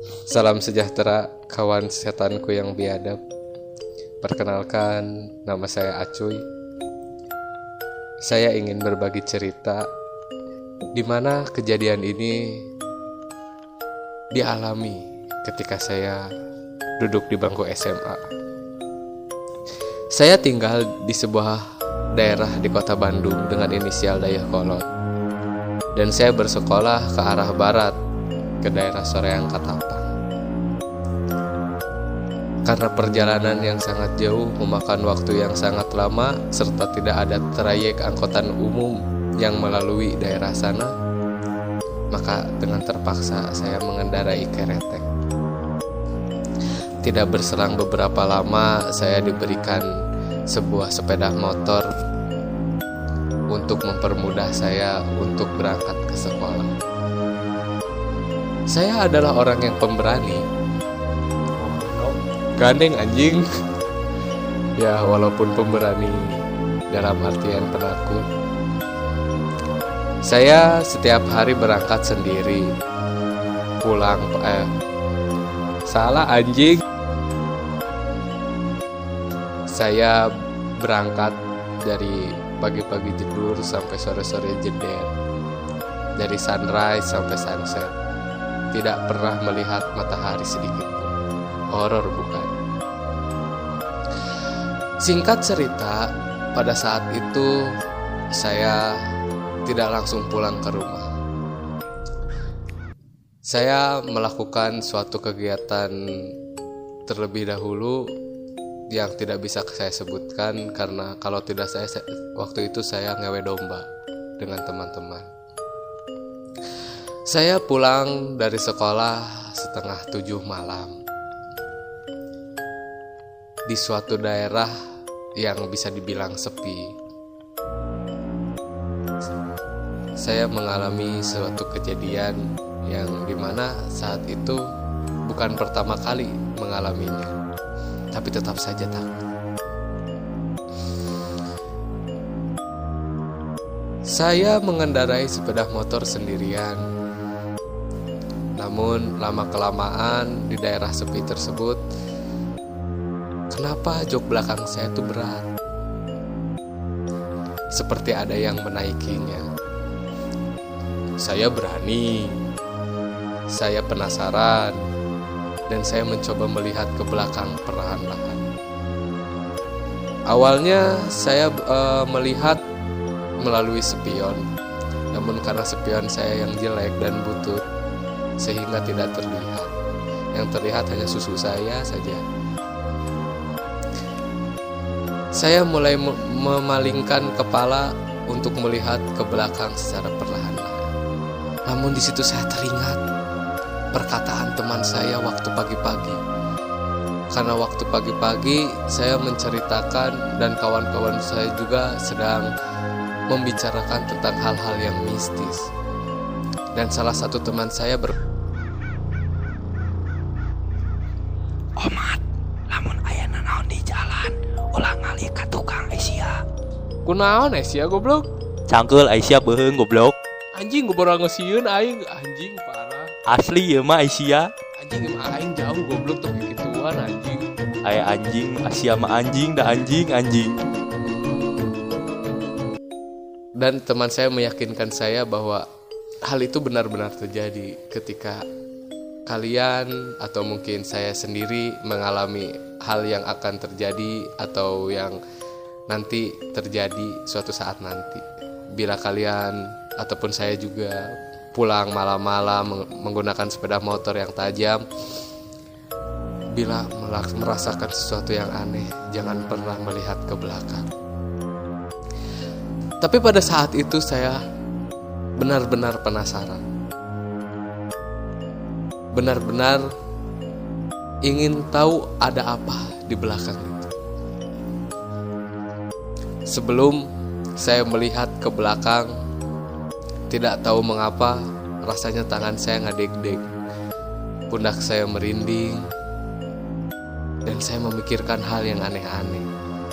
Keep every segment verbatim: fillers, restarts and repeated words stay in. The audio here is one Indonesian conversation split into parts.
Salam sejahtera kawan setanku yang biadab. Perkenalkan, nama saya Acuy. Saya ingin berbagi cerita di mana kejadian ini dialami ketika saya duduk di bangku S M A. Saya tinggal di sebuah daerah di kota Bandung dengan inisial Dayakolot, dan saya bersekolah ke arah barat ke daerah Soreang Katapang. Karena perjalanan yang sangat jauh memakan waktu yang sangat lama serta tidak ada trayek angkutan umum yang melalui daerah sana, maka dengan terpaksa saya mengendarai keretek. Tidak berselang beberapa lama saya diberikan sebuah sepeda motor untuk mempermudah saya untuk berangkat ke sekolah. Saya adalah orang yang pemberani. Gandeng anjing. Ya, walaupun pemberani dalam artian penakut. Saya setiap hari berangkat sendiri. Pulang eh salah anjing. Saya berangkat dari pagi-pagi jedur sampai sore-sore jeder. Dari sunrise sampai sunset. Tidak pernah melihat matahari sedikit pun. Horor bukan? Singkat cerita, pada saat itu saya tidak langsung pulang ke rumah. Saya melakukan suatu kegiatan terlebih dahulu yang tidak bisa saya sebutkan karena kalau tidak saya waktu itu saya ngewe domba dengan teman-teman. Saya pulang dari sekolah setengah tujuh malam di suatu daerah yang bisa dibilang sepi. Saya mengalami suatu kejadian yang dimana saat itu bukan pertama kali mengalaminya, tapi tetap saja takut. Saya mengendarai sepeda motor sendirian. Namun lama-kelamaan di daerah sepi tersebut, kenapa jok belakang saya itu berat? Seperti ada yang menaikinya. Saya berani. Saya penasaran. Dan saya mencoba melihat ke belakang perlahan-lahan. Awalnya saya uh, melihat melalui spion. Namun karena spion saya yang jelek dan butut, sehingga tidak terlihat. Yang terlihat hanya susu saya saja. Saya mulai memalingkan kepala untuk melihat ke belakang secara perlahan-lahan. Namun di situ saya teringat perkataan teman saya waktu pagi-pagi. Karena waktu pagi-pagi saya menceritakan dan kawan-kawan saya juga sedang membicarakan tentang hal-hal yang mistis. Dan salah satu teman saya ber Omat, lamun aya nanaon di jalan, ulah ngali ka tukang Asia. Kunaon Asia goblok? Cangkeul Asia beuheung goblok. Anjing gua baru ngesieun aing, anjing parah. Asli ieu mah Asia. Anjing mah aing jauh goblok tong gituan anjing. Aya anjing, Asia mah anjing, da anjing anjing. Dan teman saya meyakinkan saya bahwa hal itu benar-benar terjadi ketika kalian atau mungkin saya sendiri mengalami hal yang akan terjadi atau yang nanti terjadi suatu saat nanti. Bila kalian ataupun saya juga pulang malam-malam menggunakan sepeda motor yang tajam, bila merasakan sesuatu yang aneh, jangan pernah melihat ke belakang. Tapi pada saat itu saya benar-benar penasaran. Benar-benar ingin tahu ada apa di belakang itu. Sebelum saya melihat ke belakang, tidak tahu mengapa rasanya tangan saya ngadeg-deg, pundak saya merinding, dan saya memikirkan hal yang aneh-aneh.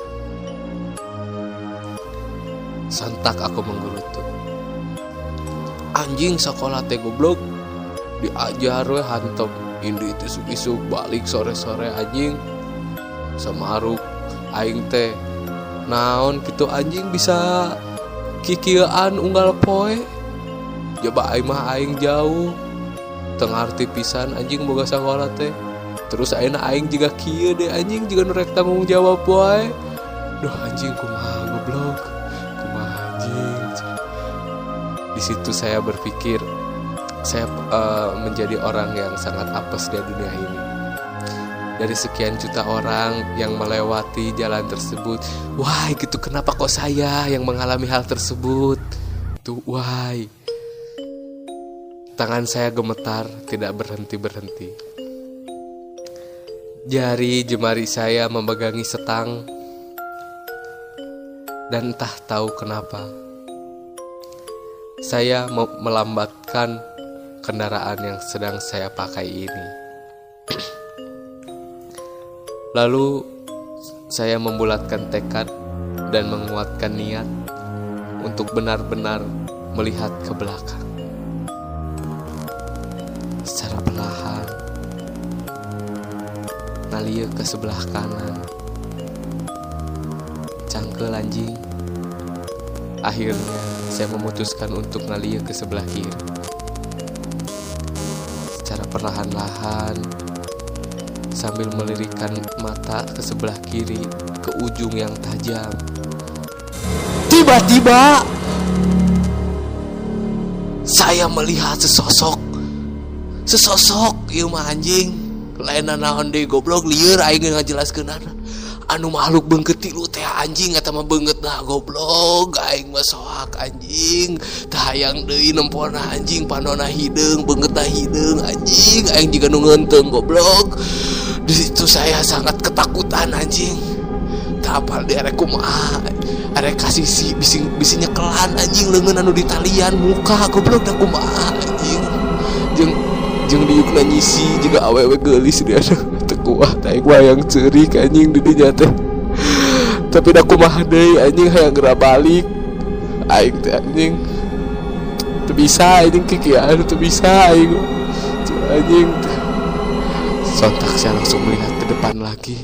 Sontak aku menggerutu. Anjing sekolah teh goblok, diajar we hantem. Indi itu isuk-isuk balik sore-sore anjing sama Aruk aing teh naon gitu anjing bisa kikieuan unggal poe coba aing mah aing jauh tengah arti pisan anjing boga sakola teh terus ayeuna aing juga kieu deh anjing juga nurek tanggung jawab wae duh anjing kumaha goblok kumaha anjing. Di situ saya berpikir saya uh, menjadi orang yang sangat apes di dunia ini. Dari sekian juta orang yang melewati jalan tersebut, why gitu kenapa kok saya yang mengalami hal tersebut? Tuh why? Tangan saya gemetar tidak berhenti-berhenti. Jari jemari saya memegangi setang. Dan entah tahu kenapa saya me- melambatkan kendaraan yang sedang saya pakai ini. Lalu saya membulatkan tekad dan menguatkan niat untuk benar-benar melihat ke belakang. Secara perlahan ngalir ke sebelah kanan. Cangkel anjing. Akhirnya saya memutuskan untuk ngalir ke sebelah kiri. Secara perlahan-lahan sambil melirikan mata ke sebelah kiri ke ujung yang tajam. Tiba-tiba saya melihat sesosok sesosok ieu mah anjing lain naon deui goblok lieur aing ngajelaskeun anu makhluk beungkeut tilu teh anjing eta mah beungeutna goblok aing mah soak anjing teu hayang deui nempona anjing panonna hideung beungeutna hideung anjing aing jiga nu ngeunteung goblok. Di situ saya sangat ketakutan anjing. Teu apal deui arek kumaha arek kasisi bising bisi nyekelan anjing leungeun anu ditalian muka goblok da kumaha anjing jeung jeung diukna nyisi juga awewe geulis dia teu kuat aing wayang ceurik anjing di dinya teh. Tapi da kumaha deui anjing hayang geura balik aing teh anjing teu bisa anjing kikieuan teu bisa aing anjing. Sontak saya langsung melihat ke depan lagi.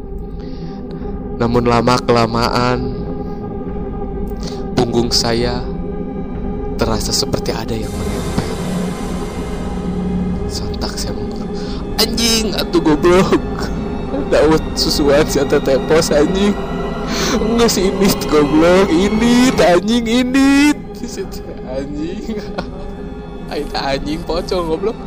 Namun lama kelamaan punggung saya terasa seperti ada yang menempel. Sontak saya mengukur, anjing atuh goblok. Daud susuan si ata tepos anjing. Enggak si ini goblok, ini anjing ini. Anjing. Aita anjing pocong goblok.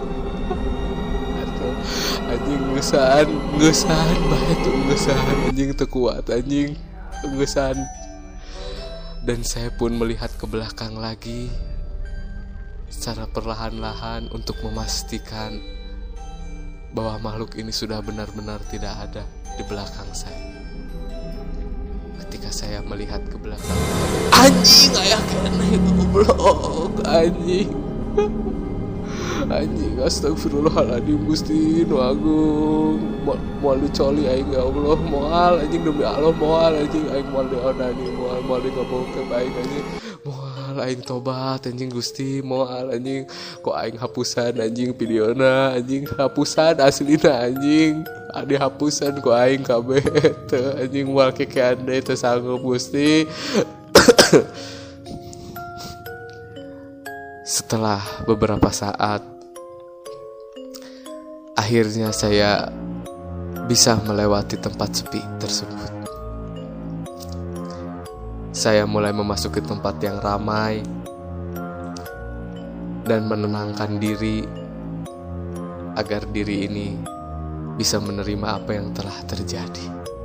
Anjing ngesan, ngesan banget tuh ngesan anjing teu kuat anjing ngesan. Dan saya pun melihat ke belakang lagi secara perlahan-lahan untuk memastikan bahwa makhluk ini sudah benar-benar tidak ada di belakang saya. Ketika saya melihat ke belakang, anjing aya keneh goblok anjing. Anjing astagfirullahaladzim Gusti nu agung moal dicoli aing ya Allah moal anjing demi Allah moal anjing aing moal dionani moal moal digabungkeun aing anjing moal aing tobat anjing Gusti moal anjing kok aing hapusan anjing videona anjing hapusan aslina anjing ade hapusan kok aing kabeh teu anjing moal kekean deui teu sanggup Gusti. Setelah beberapa saat, akhirnya saya bisa melewati tempat sepi tersebut. Saya mulai memasuki tempat yang ramai dan menenangkan diri agar diri ini bisa menerima apa yang telah terjadi.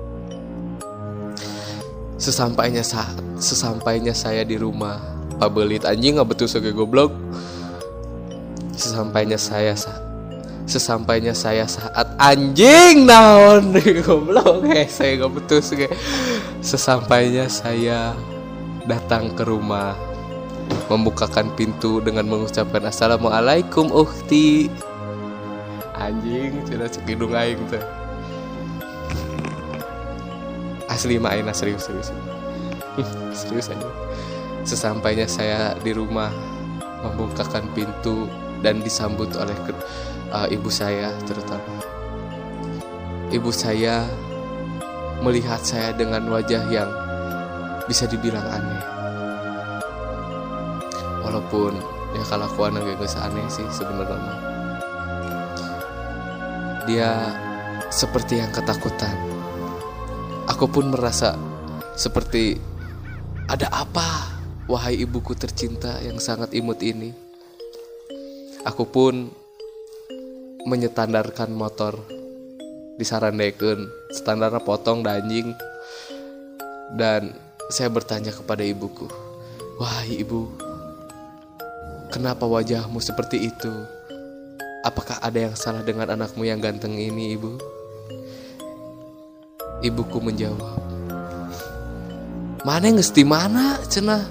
Sesampainya saat, sesampainya saya di rumah, pabelit anjing nggak betul sebagai goblok. Sesampainya saya saat, sesampainya saya saat anjing naon goblok eh saya nggak betul sebagai. Sesampainya saya datang ke rumah, membukakan pintu dengan mengucapkan assalamualaikum ukhti. Anjing cina cek hidung aing teh. Asli mah aing serius serius. Serius aja. Sesampainya saya di rumah, membukakan pintu dan disambut oleh uh, ibu saya terutama. Ibu saya melihat saya dengan wajah yang bisa dibilang aneh. Walaupun ya kelakuan agak aneh sih sebenarnya. Dia seperti yang ketakutan. Aku pun merasa seperti ada apa, wahai ibuku tercinta yang sangat imut ini. Aku pun menyetandarkan motor, disarandekeun standarnya potong dan anjing. Dan saya bertanya kepada ibuku, wahai ibu, kenapa wajahmu seperti itu? Apakah ada yang salah dengan anakmu yang ganteng ini, ibu? Ibuku menjawab, mana geus di mana cenah?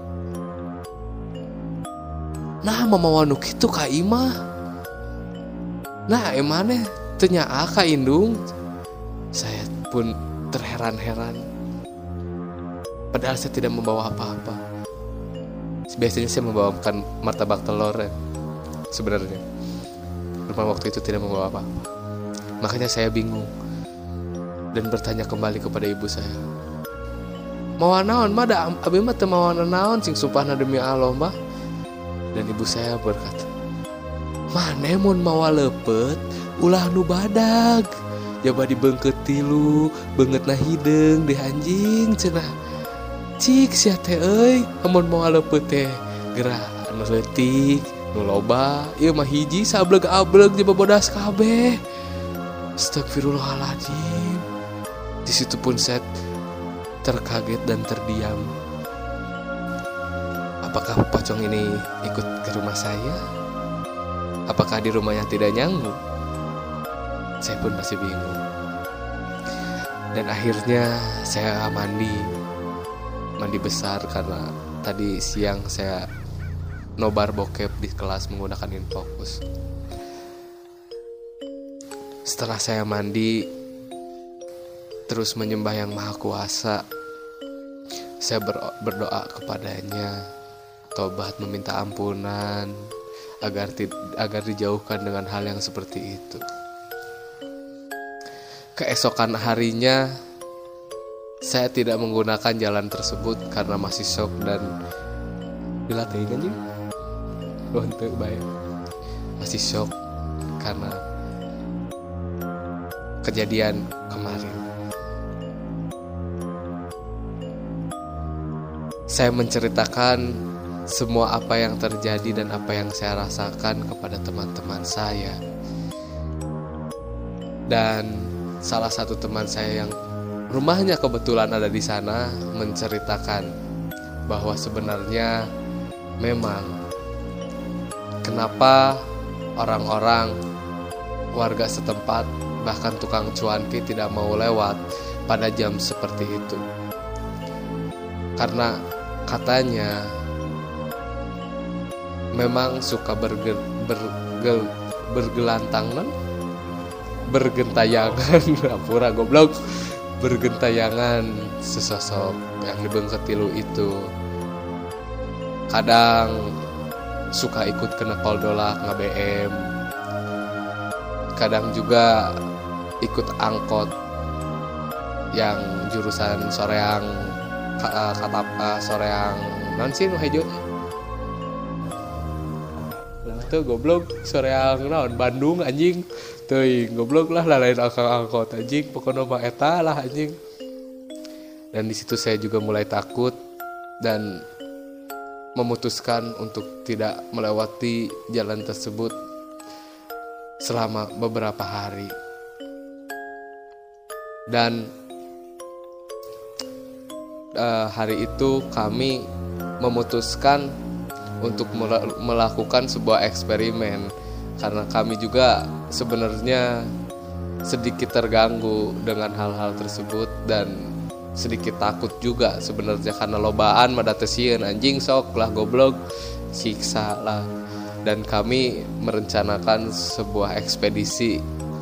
Nah mamawa nu kitu ka imah. Nah emane teu nyaa ka indung. Saya pun terheran-heran. Padahal saya tidak membawa apa-apa. Biasanya saya membawakan martabak telur ya, sebenarnya. Rumah waktu itu tidak membawa apa-apa. Makanya saya bingung dan bertanya kembali kepada ibu saya. Mawa naon mah da abi mah teu mawa naon sing sumpahna demi Allah mah. Dan ibu saya berkata, "Mane mun mawa leupet ulah nu badag. Jaba dibeungkeut tilu, beungeutna hideung deh anjing cenah. Cik sia teh euy, amun mawa leupet teh gerah anu leutik, nu loba, ieu mah hiji sableg-ableg di bodas kabeh." Astagfirullahaladzim. Di situ pun saya terkaget dan terdiam. Apakah pocong ini ikut ke rumah saya? Apakah di rumahnya tidak nyanggu? Saya pun masih bingung. Dan akhirnya saya mandi. Mandi besar karena tadi siang saya nobar bokep di kelas menggunakan infocus. Setelah saya mandi, terus menyembah Yang Maha Kuasa, saya berdoa kepadanya, tobat meminta ampunan agar ti- agar dijauhkan dengan hal yang seperti itu. Keesokan harinya saya tidak menggunakan jalan tersebut karena masih shock dan dilatih kan juga. Oh, untuk baik. Masih shock karena kejadian kemarin. Saya menceritakan semua apa yang terjadi dan apa yang saya rasakan kepada teman-teman saya. Dan salah satu teman saya yang rumahnya kebetulan ada di sana menceritakan bahwa sebenarnya memang kenapa orang-orang warga setempat bahkan tukang cuanki tidak mau lewat pada jam seperti itu. Karena katanya memang suka berge, bergel, bergelantangan, bergentayangan, pura goblok, bergentayangan sesosok yang dibeungkeut tilu itu. Kadang suka ikut kena koldolak nge-B M. Kadang juga ikut angkot yang jurusan Soreang katap Soreang non sih nu hejo lah tuh goblok Soreang naon Bandung anjing teuing goblok lah lain angkot anjing pokoknya mah eta lah anjing. Dan di situ saya juga mulai takut dan memutuskan untuk tidak melewati jalan tersebut selama beberapa hari. Dan uh, hari itu kami memutuskan untuk melakukan sebuah eksperimen karena kami juga sebenarnya sedikit terganggu dengan hal-hal tersebut dan sedikit takut juga sebenarnya karena lobaan madatesieun anjing sok lah goblok siksa lah. Dan kami merencanakan sebuah ekspedisi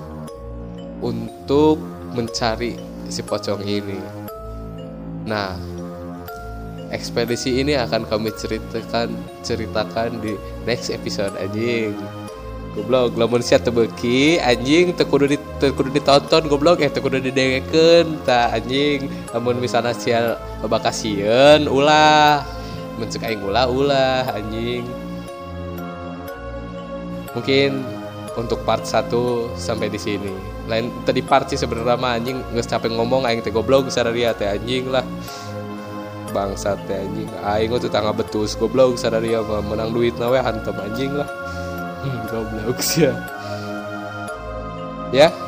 untuk mencari si pocong ini. Nah, ekspedisi ini akan kami ceritakan ceritakan di next episode anjing. goblok lamun sia teu beuki anjing teu kudu di teu kudu ditonton goblok eh teu kudu didengekeun tah anjing lamun misalna sia loba kasieun ulah mun ceuk aing ulah ulah anjing. Mungkin untuk part satu sampai di sini. Lain tadi part sih sebenarnya mah anjing geus capek ngomong aing teh goblok sararia teh anjing lah. Bangsat teh anjing. Aing tuh tangga betus goblok sararia mah menang duit na we hantem anjing lah. Hmm, goblok sia. Ya,